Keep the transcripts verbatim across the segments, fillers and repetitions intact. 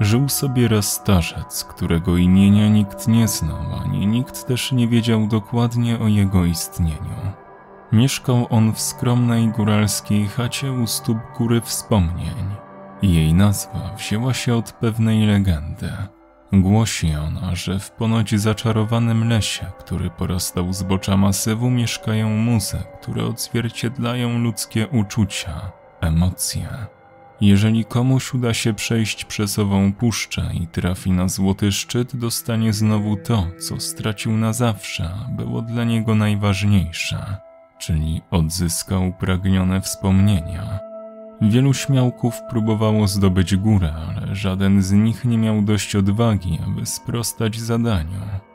Żył sobie raz starzec, którego imienia nikt nie znał, ani nikt też nie wiedział dokładnie o jego istnieniu. Mieszkał on w skromnej góralskiej chacie u stóp Góry Wspomnień. Jej nazwa wzięła się od pewnej legendy. Głosi ona, że w ponoć zaczarowanym lesie, który porastał zbocza masywu, mieszkają muzy, które odzwierciedlają ludzkie uczucia, emocje. Jeżeli komuś uda się przejść przez ową puszczę i trafi na złoty szczyt, dostanie znowu to, co stracił na zawsze, a było dla niego najważniejsze, czyli odzyska upragnione wspomnienia. Wielu śmiałków próbowało zdobyć górę, ale żaden z nich nie miał dość odwagi, aby sprostać zadaniu.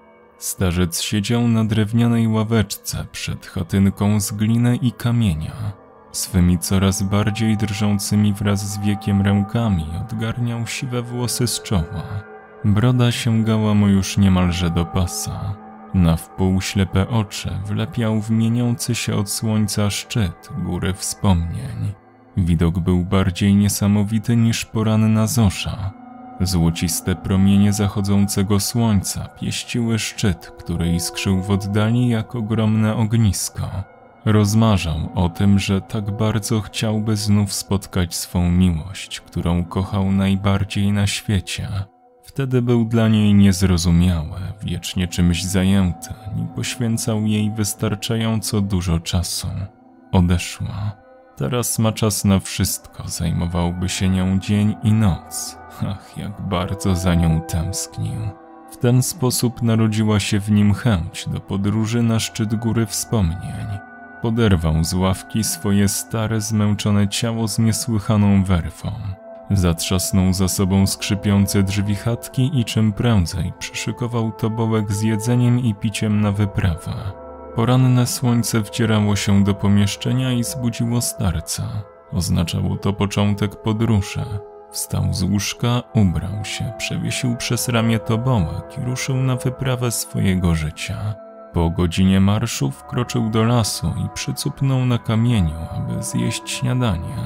Starzec siedział na drewnianej ławeczce przed chatynką z gliny i kamienia. Swymi coraz bardziej drżącymi wraz z wiekiem rękami odgarniał siwe włosy z czoła. Broda sięgała mu już niemalże do pasa. Na wpół ślepe oczy wlepiał w mieniący się od słońca szczyt Góry Wspomnień. Widok był bardziej niesamowity niż poranna zorza. Złociste promienie zachodzącego słońca pieściły szczyt, który iskrzył w oddali jak ogromne ognisko. Rozmarzał o tym, że tak bardzo chciałby znów spotkać swą miłość, którą kochał najbardziej na świecie. Wtedy był dla niej niezrozumiały, wiecznie czymś zajęty, nie poświęcał jej wystarczająco dużo czasu. Odeszła. Teraz ma czas na wszystko, zajmowałby się nią dzień i noc. Ach, jak bardzo za nią tęsknił. W ten sposób narodziła się w nim chęć do podróży na szczyt Góry Wspomnień. Poderwał z ławki swoje stare, zmęczone ciało z niesłychaną werwą. Zatrzasnął za sobą skrzypiące drzwi chatki i czym prędzej przyszykował tobołek z jedzeniem i piciem na wyprawę. Poranne słońce wdzierało się do pomieszczenia i zbudziło starca. Oznaczało to początek podróży. Wstał z łóżka, ubrał się, przewiesił przez ramię tobołek i ruszył na wyprawę swojego życia. Po godzinie marszu wkroczył do lasu i przycupnął na kamieniu, aby zjeść śniadanie.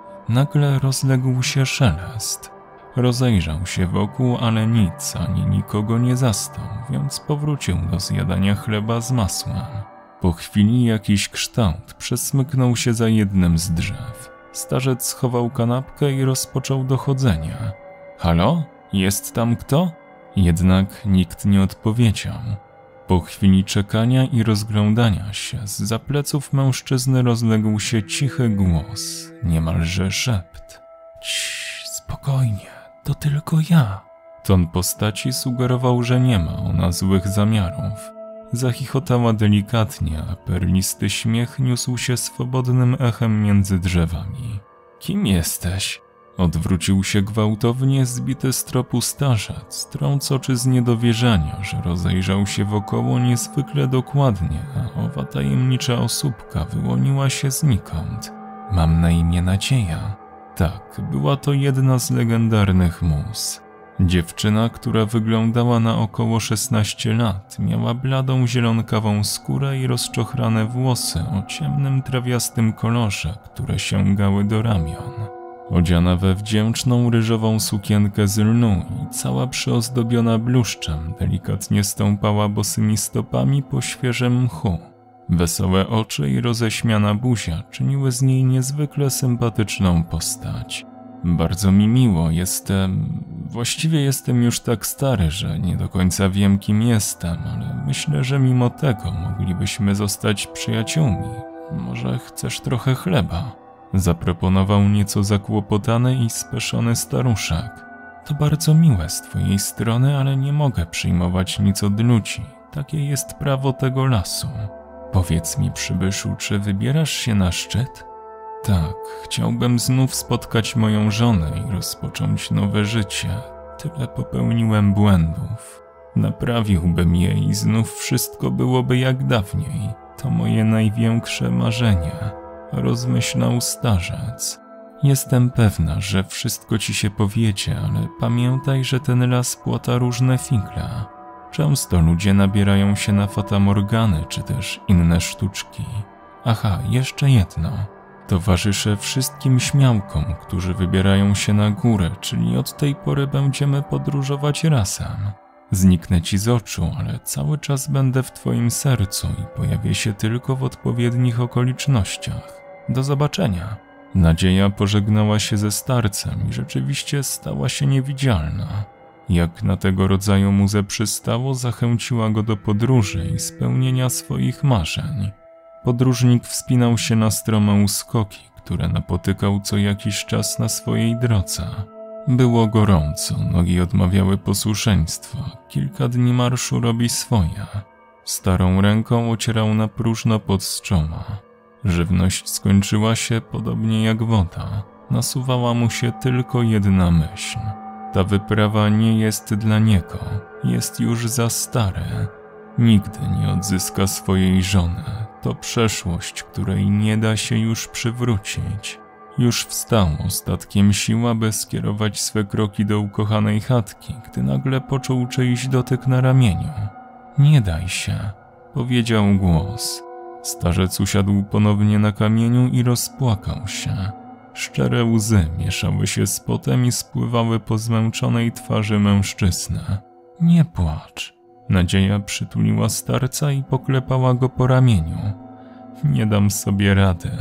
Nagle rozległ się szelest. Rozejrzał się wokół, ale nic ani nikogo nie zastał, więc powrócił do zjadania chleba z masłem. Po chwili jakiś kształt przesmyknął się za jednym z drzew. Starzec schował kanapkę i rozpoczął dochodzenie. Halo? Jest tam kto? Jednak nikt nie odpowiedział. Po chwili czekania i rozglądania się, zza pleców mężczyzny rozległ się cichy głos, niemalże szept. Ciii, spokojnie, to tylko ja. Ton postaci sugerował, że nie ma ona złych zamiarów. Zachichotała delikatnie, a perlisty śmiech niósł się swobodnym echem między drzewami. Kim jesteś? Odwrócił się gwałtownie zbity z tropu starzec, trąc oczy z niedowierzania, że rozejrzał się wokoło niezwykle dokładnie, a owa tajemnicza osóbka wyłoniła się znikąd. Mam na imię Nadzieja. Tak, była to jedna z legendarnych mus. Dziewczyna, która wyglądała na około szesnaście lat, miała bladą zielonkawą skórę i rozczochrane włosy o ciemnym trawiastym kolorze, które sięgały do ramion. Odziana we wdzięczną ryżową sukienkę z lnu i cała przyozdobiona bluszczem, delikatnie stąpała bosymi stopami po świeżym mchu. Wesołe oczy i roześmiana buzia czyniły z niej niezwykle sympatyczną postać. Bardzo mi miło, jestem... Właściwie jestem już tak stary, że nie do końca wiem, kim jestem, ale myślę, że mimo tego moglibyśmy zostać przyjaciółmi. Może chcesz trochę chleba? Zaproponował nieco zakłopotany i speszony staruszek. To bardzo miłe z twojej strony, ale nie mogę przyjmować nic od ludzi. Takie jest prawo tego lasu. Powiedz mi, przybyszu, czy wybierasz się na szczyt? Tak, chciałbym znów spotkać moją żonę i rozpocząć nowe życie. Tyle popełniłem błędów. Naprawiłbym je i znów wszystko byłoby jak dawniej. To moje największe marzenie. Rozmyślał starzec. Jestem pewna, że wszystko ci się powiedzie, ale pamiętaj, że ten las płata różne figle. Często ludzie nabierają się na fatamorgany czy też inne sztuczki. Aha, jeszcze jedno. Towarzyszę wszystkim śmiałkom, którzy wybierają się na górę, czyli od tej pory będziemy podróżować razem. Zniknę ci z oczu, ale cały czas będę w twoim sercu i pojawię się tylko w odpowiednich okolicznościach. Do zobaczenia. Nadzieja pożegnała się ze starcem i rzeczywiście stała się niewidzialna. Jak na tego rodzaju muzę przystało, zachęciła go do podróży i spełnienia swoich marzeń. Podróżnik wspinał się na strome uskoki, które napotykał co jakiś czas na swojej drodze. Było gorąco, nogi odmawiały posłuszeństwa, kilka dni marszu robi swoje. Starą ręką ocierał na próżno pod z czoła. Żywność skończyła się podobnie jak woda. Nasuwała mu się tylko jedna myśl. Ta wyprawa nie jest dla niego, jest już za stare. Nigdy nie odzyska swojej żony. To przeszłość, której nie da się już przywrócić. Już wstał ostatkiem sił, aby skierować swe kroki do ukochanej chatki, gdy nagle poczuł czyjś dotyk na ramieniu. Nie daj się, powiedział głos. Starzec usiadł ponownie na kamieniu i rozpłakał się. Szczere łzy mieszały się z potem i spływały po zmęczonej twarzy mężczyzny. Nie płacz. Nadzieja przytuliła starca i poklepała go po ramieniu. Nie dam sobie rady,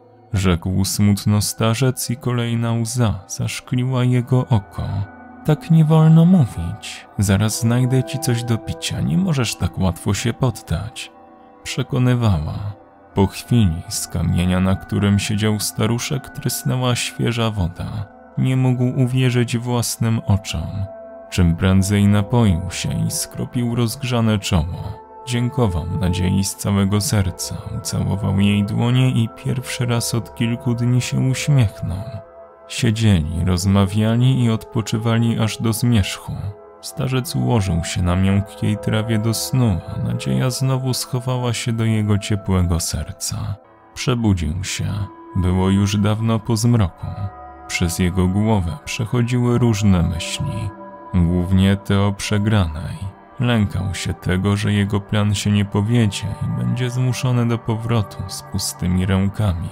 rzekł smutno starzec i kolejna łza zaszkliła jego oko. Tak nie wolno mówić. Zaraz znajdę ci coś do picia, nie możesz tak łatwo się poddać. Przekonywała. Po chwili z kamienia, na którym siedział staruszek, trysnęła świeża woda. Nie mógł uwierzyć własnym oczom. Czym prędzej napoił się i skropił rozgrzane czoło. Dziękował nadziei z całego serca, ucałował jej dłonie i pierwszy raz od kilku dni się uśmiechnął. Siedzieli, rozmawiali i odpoczywali aż do zmierzchu. Starzec ułożył się na miękkiej trawie do snu, a nadzieja znowu schowała się do jego ciepłego serca. Przebudził się. Było już dawno po zmroku. Przez jego głowę przechodziły różne myśli. Głównie te o przegranej. Lękał się tego, że jego plan się nie powiedzie i będzie zmuszony do powrotu z pustymi rękami.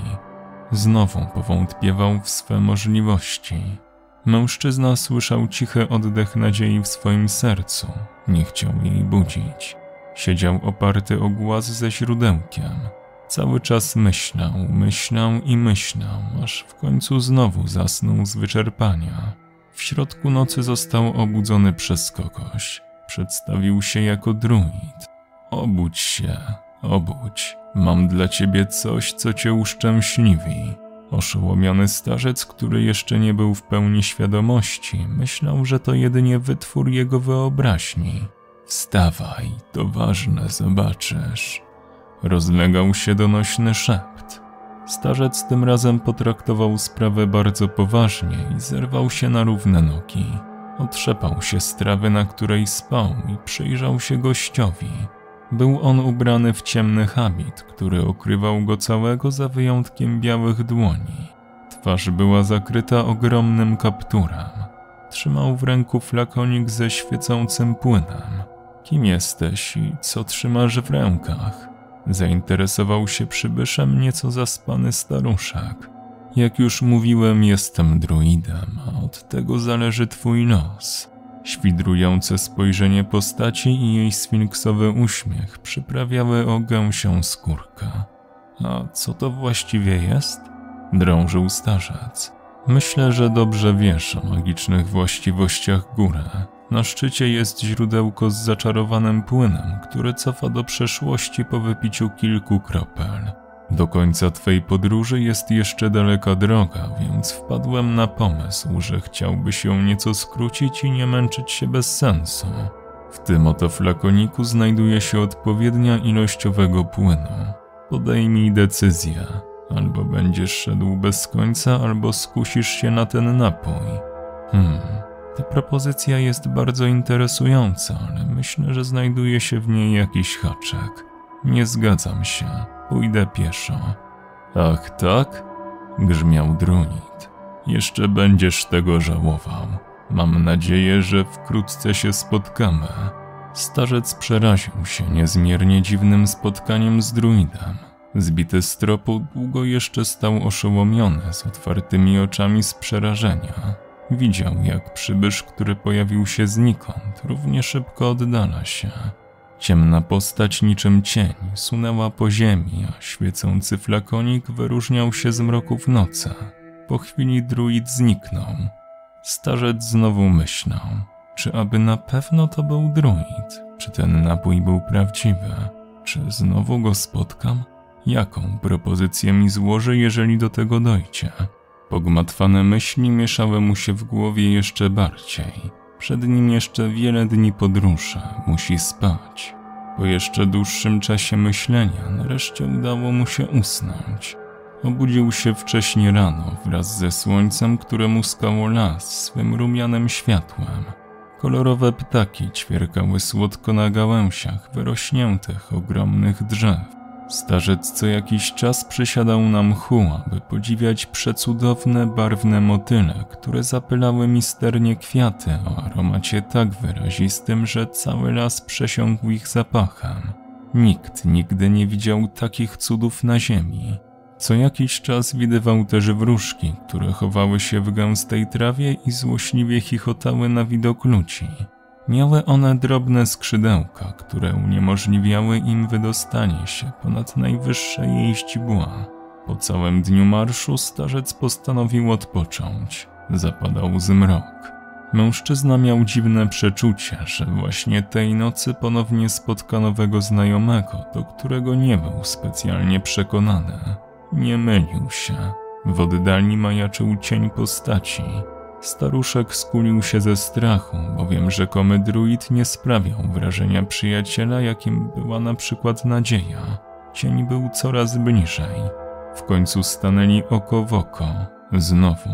Znowu powątpiewał w swe możliwości. Mężczyzna słyszał cichy oddech nadziei w swoim sercu. Nie chciał jej budzić. Siedział oparty o głaz ze źródełkiem. Cały czas myślał, myślał i myślał, aż w końcu znowu zasnął z wyczerpania. W środku nocy został obudzony przez kogoś. Przedstawił się jako druid. Obudź się, obudź. Mam dla ciebie coś, co cię uszczęśliwi. Oszołomiony starzec, który jeszcze nie był w pełni świadomości, myślał, że to jedynie wytwór jego wyobraźni. Wstawaj, to ważne, zobaczysz. Rozlegał się donośny szept. Starzec tym razem potraktował sprawę bardzo poważnie i zerwał się na równe nogi. Otrzepał się z trawy, na której spał i przyjrzał się gościowi. Był on ubrany w ciemny habit, który okrywał go całego za wyjątkiem białych dłoni. Twarz była zakryta ogromnym kapturem. Trzymał w ręku flakonik ze świecącym płynem. Kim jesteś i co trzymasz w rękach? Zainteresował się przybyszem nieco zaspany staruszek. Jak już mówiłem, jestem druidem, a od tego zależy twój los. Świdrujące spojrzenie postaci i jej sfinksowy uśmiech przyprawiały o gęsią skórkę. A co to właściwie jest? Drążył starzec. Myślę, że dobrze wiesz o magicznych właściwościach góry. Na szczycie jest źródełko z zaczarowanym płynem, które cofa do przeszłości po wypiciu kilku kropel. Do końca twej podróży jest jeszcze daleka droga, więc wpadłem na pomysł, że chciałbyś ją nieco skrócić i nie męczyć się bez sensu. W tym oto flakoniku znajduje się odpowiednia ilość owego płynu. Podejmij decyzję. Albo będziesz szedł bez końca, albo skusisz się na ten napój. Hmm, ta propozycja jest bardzo interesująca, ale myślę, że znajduje się w niej jakiś haczyk. Nie zgadzam się. Pójdę pieszo. Ach tak? Grzmiał druid. Jeszcze będziesz tego żałował. Mam nadzieję, że wkrótce się spotkamy. Starzec przeraził się niezmiernie dziwnym spotkaniem z druidem. Zbity z tropu, długo jeszcze stał oszołomiony, z otwartymi oczami z przerażenia. Widział, jak przybysz, który pojawił się znikąd, równie szybko oddala się. Ciemna postać niczym cień sunęła po ziemi, a świecący flakonik wyróżniał się z mroków nocy. Po chwili druid zniknął. Starzec znowu myślał, czy aby na pewno to był druid? Czy ten napój był prawdziwy? Czy znowu go spotkam? Jaką propozycję mi złoży, jeżeli do tego dojdzie? Pogmatwane myśli mieszały mu się w głowie jeszcze bardziej. Przed nim jeszcze wiele dni podróży, musi spać. Po jeszcze dłuższym czasie myślenia nareszcie udało mu się usnąć. Obudził się wcześnie rano wraz ze słońcem, które muskało las swym rumianym światłem. Kolorowe ptaki ćwierkały słodko na gałęziach wyrośniętych ogromnych drzew. Starzec co jakiś czas przysiadał na mchu, aby podziwiać przecudowne, barwne motyle, które zapylały misternie kwiaty o aromacie tak wyrazistym, że cały las przesiąkł ich zapachem. Nikt nigdy nie widział takich cudów na ziemi. Co jakiś czas widywał też wróżki, które chowały się w gęstej trawie i złośliwie chichotały na widok ludzi. Miały one drobne skrzydełka, które uniemożliwiały im wydostanie się ponad najwyższe jej źdźbła. Po całym dniu marszu starzec postanowił odpocząć. Zapadał zmrok. Mężczyzna miał dziwne przeczucie, że właśnie tej nocy ponownie spotka nowego znajomego, do którego nie był specjalnie przekonany. Nie mylił się. W oddali majaczył cień postaci. Staruszek skulił się ze strachu, bowiem rzekomy druid nie sprawiał wrażenia przyjaciela, jakim była na przykład nadzieja. Cień był coraz bliżej. W końcu stanęli oko w oko. Znowu.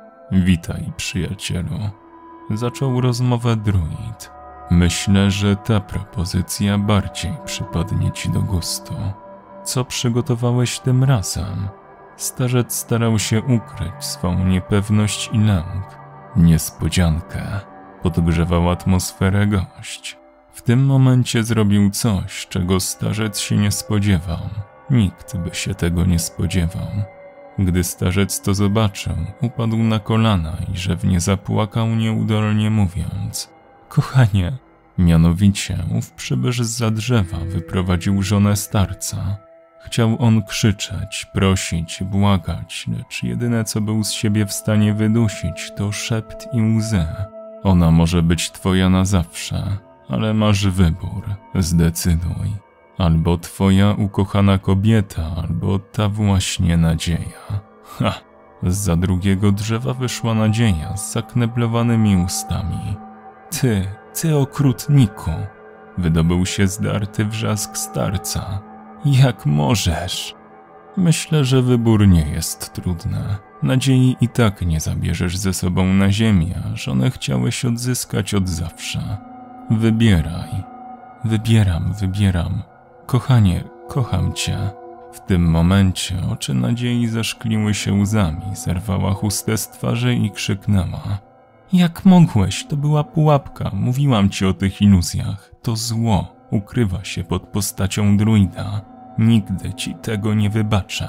Witaj, przyjacielu. Zaczął rozmowę druid. Myślę, że ta propozycja bardziej przypadnie ci do gustu. Co przygotowałeś tym razem? Starzec starał się ukryć swą niepewność i lęk. Niespodziankę. Podgrzewał atmosferę gość. W tym momencie zrobił coś, czego starzec się nie spodziewał. Nikt by się tego nie spodziewał. Gdy starzec to zobaczył, upadł na kolana i rzewnie zapłakał, nieudolnie mówiąc: kochanie, mianowicie ów przybysz zza drzewa wyprowadził żonę starca. Chciał on krzyczeć, prosić, błagać, lecz jedyne co był z siebie w stanie wydusić to szept i łzy. Ona może być twoja na zawsze, ale masz wybór, zdecyduj. Albo twoja ukochana kobieta, albo ta właśnie nadzieja. Ha! Zza drugiego drzewa wyszła nadzieja z zakneblowanymi ustami. Ty, ty okrutniku! Wydobył się zdarty wrzask starca. Jak możesz? Myślę, że wybór nie jest trudny. Nadziei i tak nie zabierzesz ze sobą na ziemię, a żonę chciałeś odzyskać od zawsze. Wybieraj. Wybieram, wybieram. Kochanie, kocham cię. W tym momencie oczy nadziei zaszkliły się łzami, zerwała chustę z twarzy i krzyknęła: jak mogłeś? To była pułapka, mówiłam ci o tych iluzjach. To zło ukrywa się pod postacią druida. Nigdy ci tego nie wybaczę.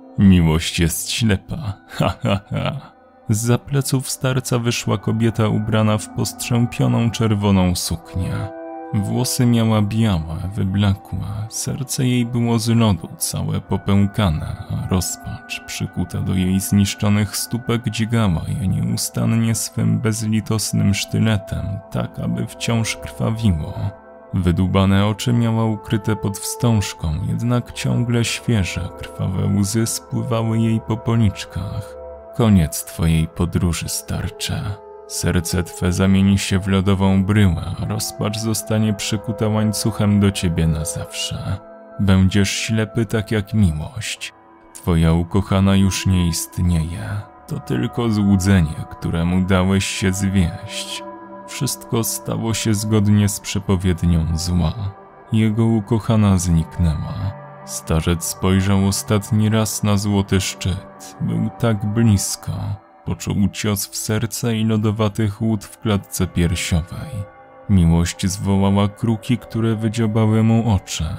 Miłość jest ślepa, ha ha ha. Zza pleców starca wyszła kobieta ubrana w postrzępioną czerwoną suknię. Włosy miała białe, wyblakłe, serce jej było z lodu, całe popękane, a rozpacz przykuta do jej zniszczonych stópek dźgała je nieustannie swym bezlitosnym sztyletem, tak aby wciąż krwawiło. Wydłubane oczy miała ukryte pod wstążką, jednak ciągle świeże, krwawe łzy spływały jej po policzkach. Koniec twojej podróży, starcze. Serce twe zamieni się w lodową bryłę, a rozpacz zostanie przykuta łańcuchem do ciebie na zawsze. Będziesz ślepy tak jak miłość. Twoja ukochana już nie istnieje. To tylko złudzenie, któremu dałeś się zwieść. Wszystko stało się zgodnie z przepowiednią zła. Jego ukochana zniknęła. Starzec spojrzał ostatni raz na złoty szczyt. Był tak blisko. Poczuł cios w serce i lodowaty chłód w klatce piersiowej. Miłość zwołała kruki, które wydziobały mu oczy.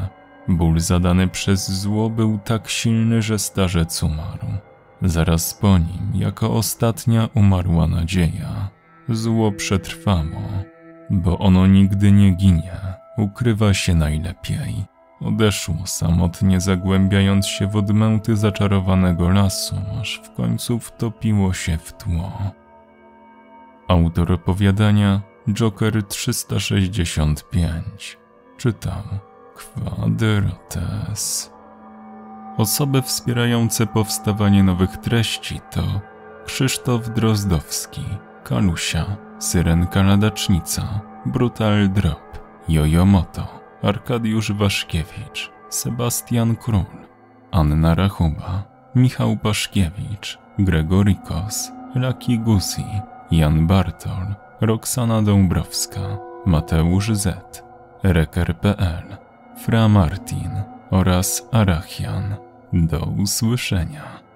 Ból zadany przez zło był tak silny, że starzec umarł. Zaraz po nim, jako ostatnia, umarła nadzieja. Zło przetrwało, bo ono nigdy nie ginie, ukrywa się najlepiej. Odeszło samotnie, zagłębiając się w odmęty zaczarowanego lasu, aż w końcu wtopiło się w tło. Autor opowiadania Joker trzysta sześćdziesiąt pięć. Czytał Quadrotes. Osoby wspierające powstawanie nowych treści to Krzysztof Drozdowski, Kalusia, Syrenka Ladacznica, Brutal Drop, Jojomoto, Arkadiusz Waszkiewicz, Sebastian Król, Anna Rachuba, Michał Paszkiewicz, Gregorikos, Lucky Gusi, Jan Bartol, Roxana Dąbrowska, Mateusz Z, Reker kropka pe el, Fra Martin oraz Arachian. Do usłyszenia.